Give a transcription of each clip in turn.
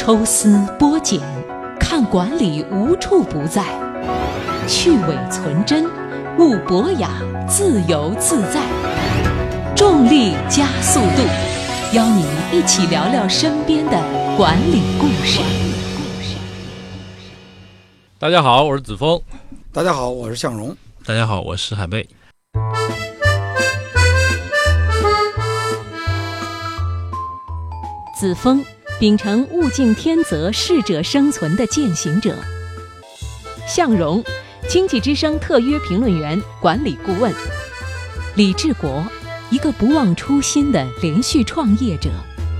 抽丝剥茧，看管理无处不在，去伪存真，悟博雅，自由自在。重力加速度，邀您一起聊聊身边的管理故事。 大家好，我是子枫。 大家好，我是向荣。 大家好，我是海贝。 子枫秉承物竞天择、适者生存的践行者。向荣，经济之声特约评论员、管理顾问。李志国，一个不忘初心的连续创业者。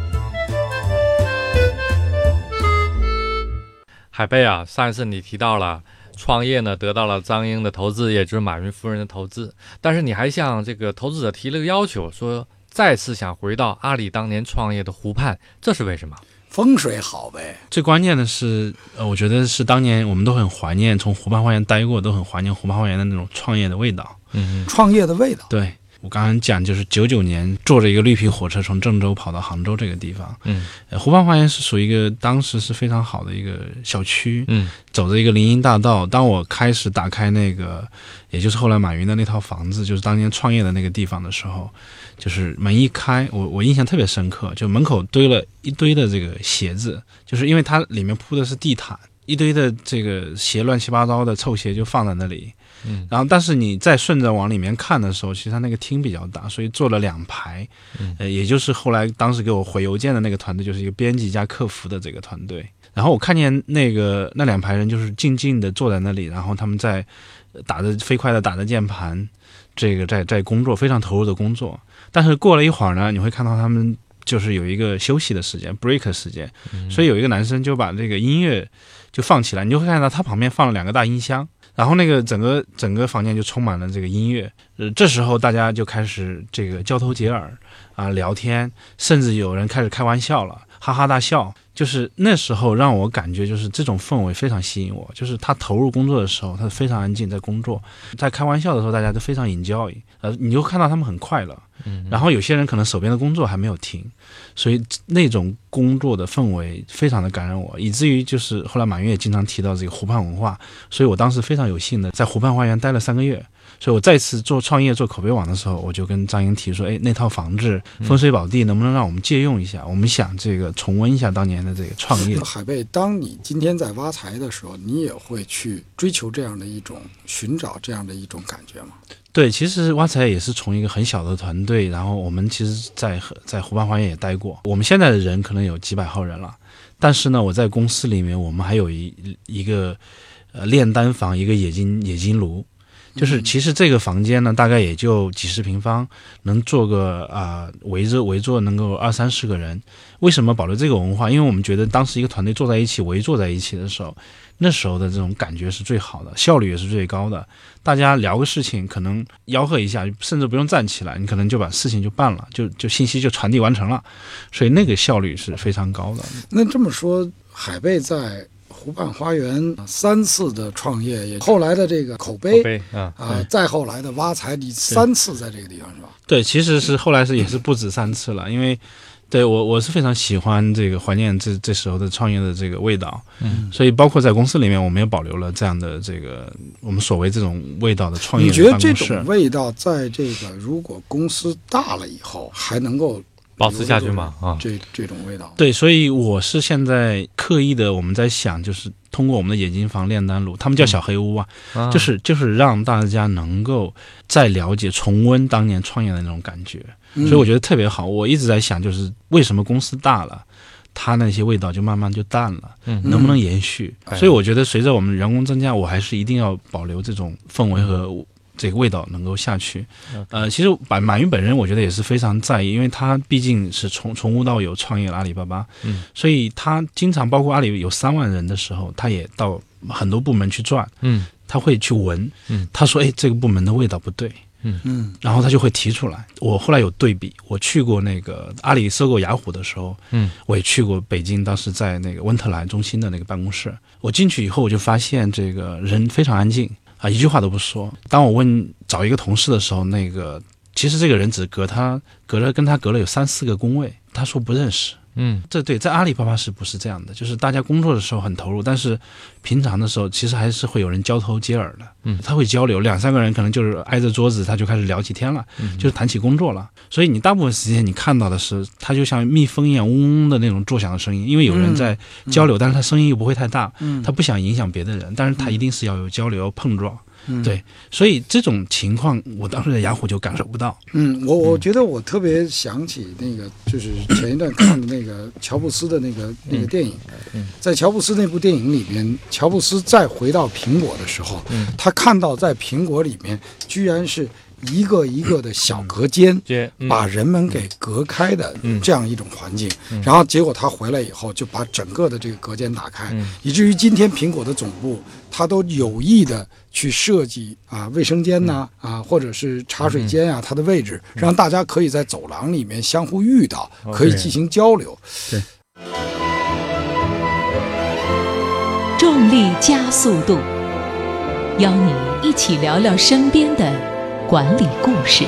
海贝啊，上一次你提到了创业呢，得到了张英的投资，也就是马云夫人的投资，但是你还向这个投资者提了个要求，说再次想回到阿里当年创业的湖畔，这是为什么？ 风水好呗。 最关键的是，我觉得是当年我们都很怀念，从湖畔花园待过，都很怀念湖畔花园的那种创业的味道。 创业的味道。 对，我刚刚讲就是99年坐着一个绿皮火车从郑州跑到杭州这个地方。湖畔花园是属于一个当时是非常好的一个小区。走着一个林荫大道，当我开始打开那个，也就是后来马云的那套房子，就是当年创业的那个地方的时候，就是门一开，我印象特别深刻，就门口堆了一堆的这个鞋子，就是因为它里面铺的是地毯，一堆的这个鞋乱七八糟的臭鞋就放在那里。然后但是你再顺着往里面看的时候，其实它那个厅比较大，所以坐了2排。也就是后来当时给我回邮件的那个团队，就是一个编辑加客服的这个团队。然后我看见那2排人就是静静的坐在那里，然后他们在飞快的打着键盘，这个在工作，非常投入的工作。但是过了一会儿呢，你会看到他们就是有一个休息的时间 break 时间。所以有一个男生就把这个音乐就放起来，你就会看到他旁边放了2个大音箱，然后那个整个房间就充满了这个音乐。这时候大家就开始这个交头接耳啊，聊天，甚至有人开始开玩笑了，哈哈大笑。就是那时候让我感觉就是这种氛围非常吸引我，就是他投入工作的时候他非常安静在工作，在开玩笑的时候大家都非常enjoy，你就看到他们很快乐。然后有些人可能手边的工作还没有停，所以那种工作的氛围非常的感染我，以至于就是后来马云也经常提到这个湖畔文化，所以我当时非常有幸的在湖畔花园待了3个月。所以我再次做创业做口碑网的时候，我就跟张英提说，那套房子风水宝地能不能让我们借用一下，我们想这个重温一下当年的这个创业。 海贝，当你今天在挖财的时候，你也会去追求这样的一种寻找这样的一种感觉吗？ 对，其实挖财也是从一个很小的团队，然后我们其实在湖畔花园也待过，我们现在的人可能有几百号人了，但是呢我在公司里面我们还有一个炼丹房，一个冶金炉。就是其实这个房间呢大概也就几十平方，能做个围坐能够20-30个人。为什么保留这个文化？因为我们觉得当时一个团队坐在一起围坐在一起的时候，那时候的这种感觉是最好的，效率也是最高的。大家聊个事情可能吆喝一下，甚至不用站起来，你可能就把事情就办了，就信息就传递完成了，所以那个效率是非常高的。 那这么说，海贝在湖畔花园3次的创业，也后来的这个口碑再后来的挖财，你3次在这个地方是吧？ 对，其实是后来也是不止3次了，因为对我是非常喜欢这个怀念这时候的创业的这个味道。所以包括在公司里面我们也保留了这样的这个我们所谓这种味道的创业的办公室。 你觉得这种味道在这个如果公司大了以后还能够保持下去吗？ 这种味道。 对，所以我是现在刻意的，我们在想，就是通过我们的冶金房炼丹炉，他们叫小黑屋就是让大家能够再了解重温当年创业的那种感觉。所以我觉得特别好。我一直在想，就是为什么公司大了它那些味道就慢慢就淡了，能不能延续？所以我觉得随着我们员工增加，我还是一定要保留这种氛围和这个味道能够下去。其实马云本人我觉得也是非常在意，因为他毕竟是从无到有创业了阿里巴巴，所以他经常包括阿里有3万人的时候，他也到很多部门去转，他会去闻，他说这个部门的味道不对，然后他就会提出来。我后来有对比，我去过那个阿里收购雅虎的时候，我也去过北京，当时在那个温特莱中心的那个办公室。我进去以后，我就发现这个人非常安静一句话都不说。当我找一个同事的时候，其实这个人只跟他隔了有3-4个工位， 他说不认识。这对，在阿里巴巴是不是这样的？就是大家工作的时候很投入，但是平常的时候其实还是会有人交头接耳的。他会交流，2-3个人可能就是挨着桌子，他就开始聊起天了，就是谈起工作了。所以你大部分时间你看到的是，他就像蜜蜂一样嗡嗡的那种作响的声音，因为有人在交流，但是他声音又不会太大，他不想影响别的人，但是他一定是要有交流碰撞。对，所以这种情况我当时在雅虎就感受不到。 我觉得我特别想起那个，就是前一段看的那个乔布斯的那个电影。在乔布斯那部电影里面，乔布斯再回到苹果的时候，他看到在苹果里面居然是一个一个的小隔间，把人们给隔开的这样一种环境。然后结果他回来以后就把整个的这个隔间打开，以至于今天苹果的总部他都有意的去设计卫生间呐或者是茶水间它的位置，让大家可以在走廊里面相互遇到，可以进行交流。 对， 重力加速度，邀你一起聊聊身边的管理故事。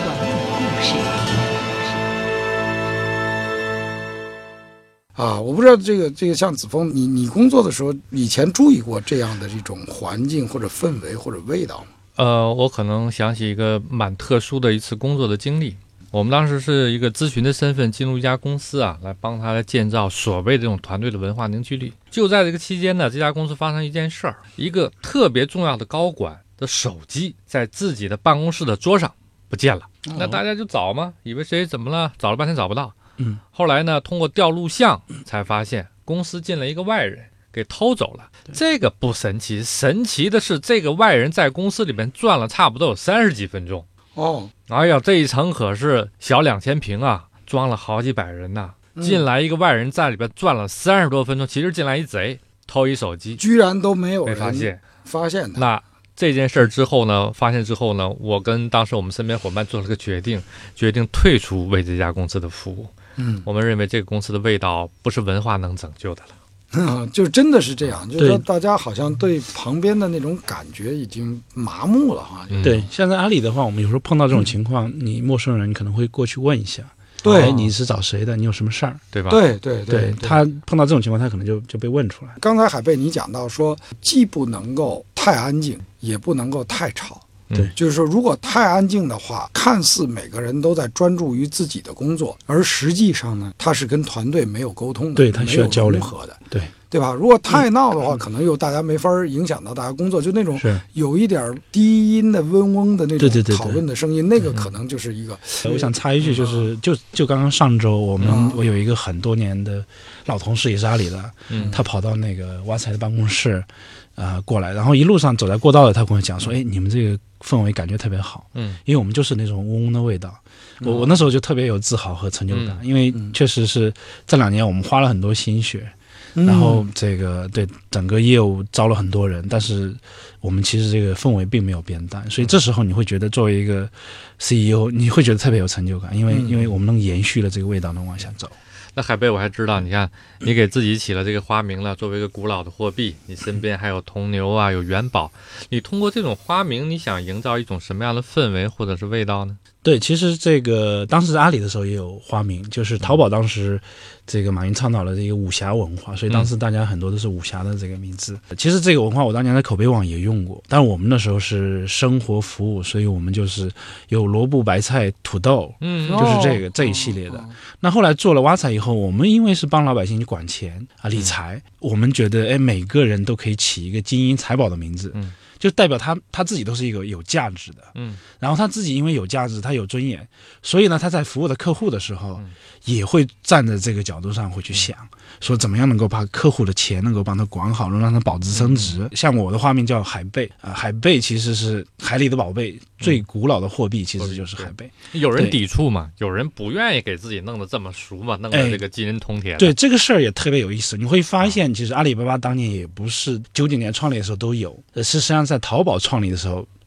我不知道这个像子枫，你工作的时候以前注意过这样的这种环境或者氛围或者味道吗？ 我可能想起一个蛮特殊的一次工作的经历。我们当时是一个咨询的身份进入一家公司来帮他来建造所谓这种团队的文化凝聚力。就在这个期间呢，这家公司发生一件事儿，一个特别重要的高管的手机在自己的办公室的桌上不见了。那大家就找嘛，以为谁怎么了，找了半天找不到。后来呢，通过调录像才发现公司进了一个外人给偷走了。这个不神奇，神奇的是这个外人在公司里面转了差不多有30几分钟。哎呀，这一层可是小2000平装了好几百人呐。进来一个外人在里边转了30多分钟，其实进来一贼偷一手机， 居然都没有人发现的。 那这件事之后呢，发现之后呢，我跟当时我们身边伙伴做了个决定退出为这家公司的服务。我们认为这个公司的味道不是文化能拯救的了。 就真的是这样，就是说大家好像对旁边的那种感觉已经麻木了对，像在阿里的话，我们有时候碰到这种情况，你陌生人可能会过去问一下，你是找谁的？你有什么事儿？ 对吧？ 对， 他碰到这种情况，他可能就被问出来。 刚才海贝你讲到说，既不能够太安静，也不能够太吵。 对， 就是说，如果太安静的话，看似每个人都在专注于自己的工作，而实际上呢，他是跟团队没有沟通的， 对，他需要交流的，对吧？如果太闹的话，可能又大家没法影响到大家工作，就那种有一点低音的嗡嗡的那种讨论的声音，那个可能就是一个。 我想插一句，就刚刚上周，我有一个很多年的老同事，也是阿里的，他跑到那个挖财的办公室。过来，然后一路上走在过道的，他跟我讲说：“你们这个氛围感觉特别好，因为我们就是那种嗡嗡的味道。”我那时候就特别有自豪和成就感，因为确实是这2年我们花了很多心血，然后这个对整个业务招了很多人，但是我们其实这个氛围并没有变淡，所以这时候你会觉得作为一个 CEO， 你会觉得特别有成就感，因为我们能延续了这个味道，能往下走。 那海贝我还知道，你看你给自己起了这个花名了，作为一个古老的货币，你身边还有铜牛有元宝，你通过这种花名，你想营造一种什么样的氛围或者是味道呢？ 对，其实这个当时阿里的时候也有花名，就是淘宝当时这个马云倡导了这个武侠文化，所以当时大家很多都是武侠的这个名字。其实这个文化我当年在口碑网也用过，但是我们那时候是生活服务，所以我们就是有萝卜白菜土豆，就是这一系列的。那后来做了挖财以后，我们因为是帮老百姓去管钱理财，我们觉得每个人都可以起一个金银财宝的名字，就代表他自己都是一个有价值的，然后他自己因为有价值，他有尊严，所以呢，他在服务的客户的时候，也会站在这个角度上会去想，说怎么样能够把客户的钱能够帮他管好，能让他保值升值。像我的花名叫海贝海贝其实是海里的宝贝，最古老的货币其实就是海贝。 有人抵触嘛？有人不愿意给自己弄得这么熟嘛？弄得这个金银铜铁。 对，这个事儿也特别有意思。你会发现，其实阿里巴巴当年也不是99年创立的时候都有，实际上在淘宝创立的时候，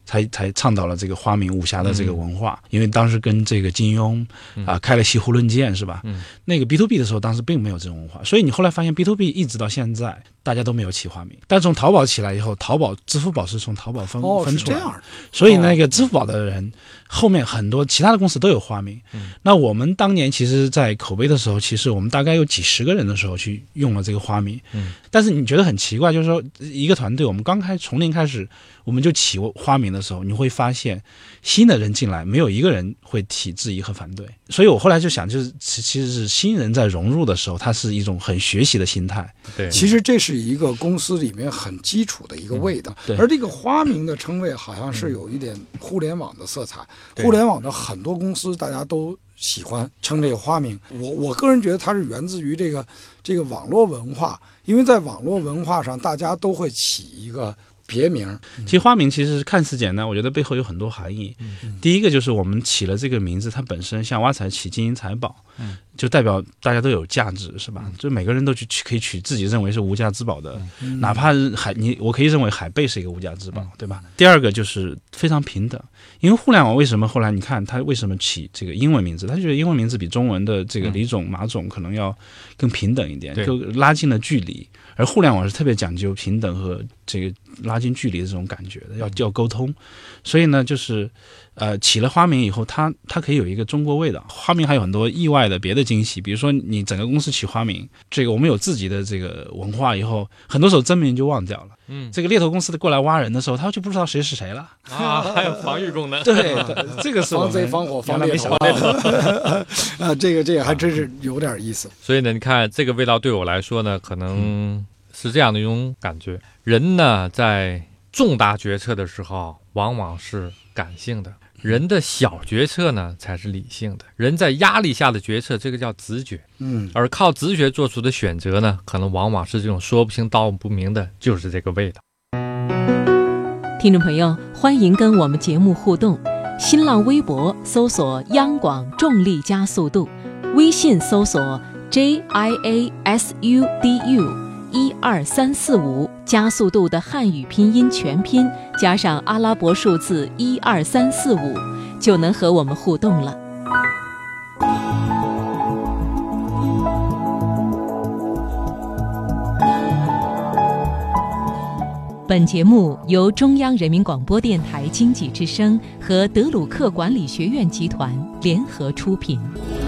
才倡导了这个花名武侠的这个文化，因为当时跟这个金庸开了西湖论剑是吧？那个 B2B 的时候，当时并没有这种文化，所以你后来发现 B2B 一直到现在大家都没有起花名，但从淘宝起来以后，支付宝是从淘宝分出来的，所以那个支付宝的人后面很多其他的公司都有花名。那我们当年其实在口碑的时候，其实我们大概有几十个人的时候去用了这个花名。但是你觉得很奇怪，就是说一个团队我们从零开始我们就起花名的时候，你会发现新的人进来没有一个人会提质疑和反对。所以我后来就想，就是其实是新人在融入的时候，它是一种很学习的心态。 对， 其实这是一个公司里面很基础的一个味道。而这个花名的称谓好像是有一点互联网的色彩。互联网的很多公司大家都喜欢称这个花名。我个人觉得它是源自于这个网络文化，因为在网络文化上大家都会起一个别名。 其实花名其实看似简单，我觉得背后有很多含义。第一个就是我们起了这个名字，它本身像挖财起金银财宝，就代表大家都有价值，是吧？就每个人都可以取自己认为是无价之宝的，哪怕我可以认为海贝是一个无价之宝，对吧？第二个就是非常平等，因为互联网为什么后来你看它为什么起这个英文名字？他觉得英文名字比中文的这个李总、马总可能要更平等一点，就拉近了距离。而互联网是特别讲究平等和这个拉近距离的这种感觉的，要沟通。所以呢，就是起了花名以后，它可以有一个中国味道。花名还有很多意外的别的惊喜，比如说你整个公司起花名，这个我们有自己的这个文化以后，很多时候真名就忘掉了。这个猎头公司过来挖人的时候，他就不知道谁是谁了啊，还有防御功能。 对，这个是防贼防火防猎头这个还真是有点意思。 所以呢，你看这个味道对我来说呢，可能是这样的一种感觉。人呢，在重大决策的时候，往往是感性的；人的小决策呢，才是理性的。人在压力下的决策，这个叫直觉。而靠直觉做出的选择呢，可能往往是这种说不清道不明的，就是这个味道。 听众朋友，欢迎跟我们节目互动。新浪微博搜索央广重力加速度，微信搜索 JIASUDU12345，加速度的汉语拼音全拼加上阿拉伯数字12345，就能和我们互动了。本节目由中央人民广播电台经济之声和德鲁克管理学院集团联合出品。